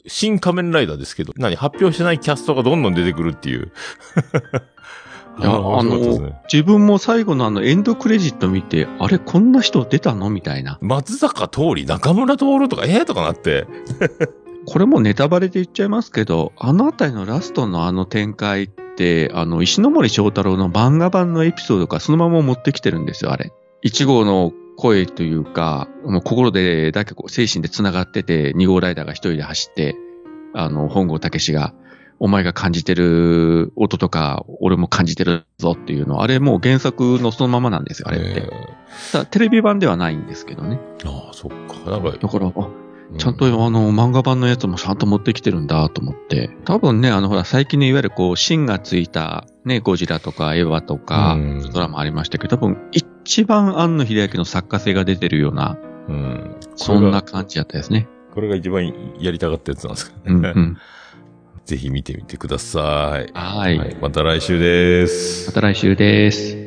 新仮面ライダーですけど、発表してないキャストがどんどん出てくるっていう。 いや、自分も最後のエンドクレジット見て、あれ、こんな人出たのみたいな。 松坂桃李、中村徹とか、とかなって。 これもネタバレで言っちゃいますけど、あのあたりのラストの展開って、石ノ森章太郎の漫画版のエピソードからそのまま持ってきてるんですよ、あれ。1号の声というか、もう心でだけ精神で繋がってて、2号ライダーが一人で走って、本郷武史が、お前が感じてる音とか、俺も感じてるぞっていうの、あれもう原作のそのままなんですよ、あれって。テレビ版ではないんですけどね。 ああ、そっか。 だから、ちゃんと漫画版のやつもちゃんと持ってきてるんだと思って。多分ね、ほら、最近ね、いわゆる芯がついた、ね、ゴジラとかエヴァとか、ドラマありましたけど、多分、一番庵野秀明の作家性が出てるような、そんな感じだったですね。 これが一番やりたかったやつなんですかね。ぜひ見てみてください。 はい。 また来週です。 また来週です。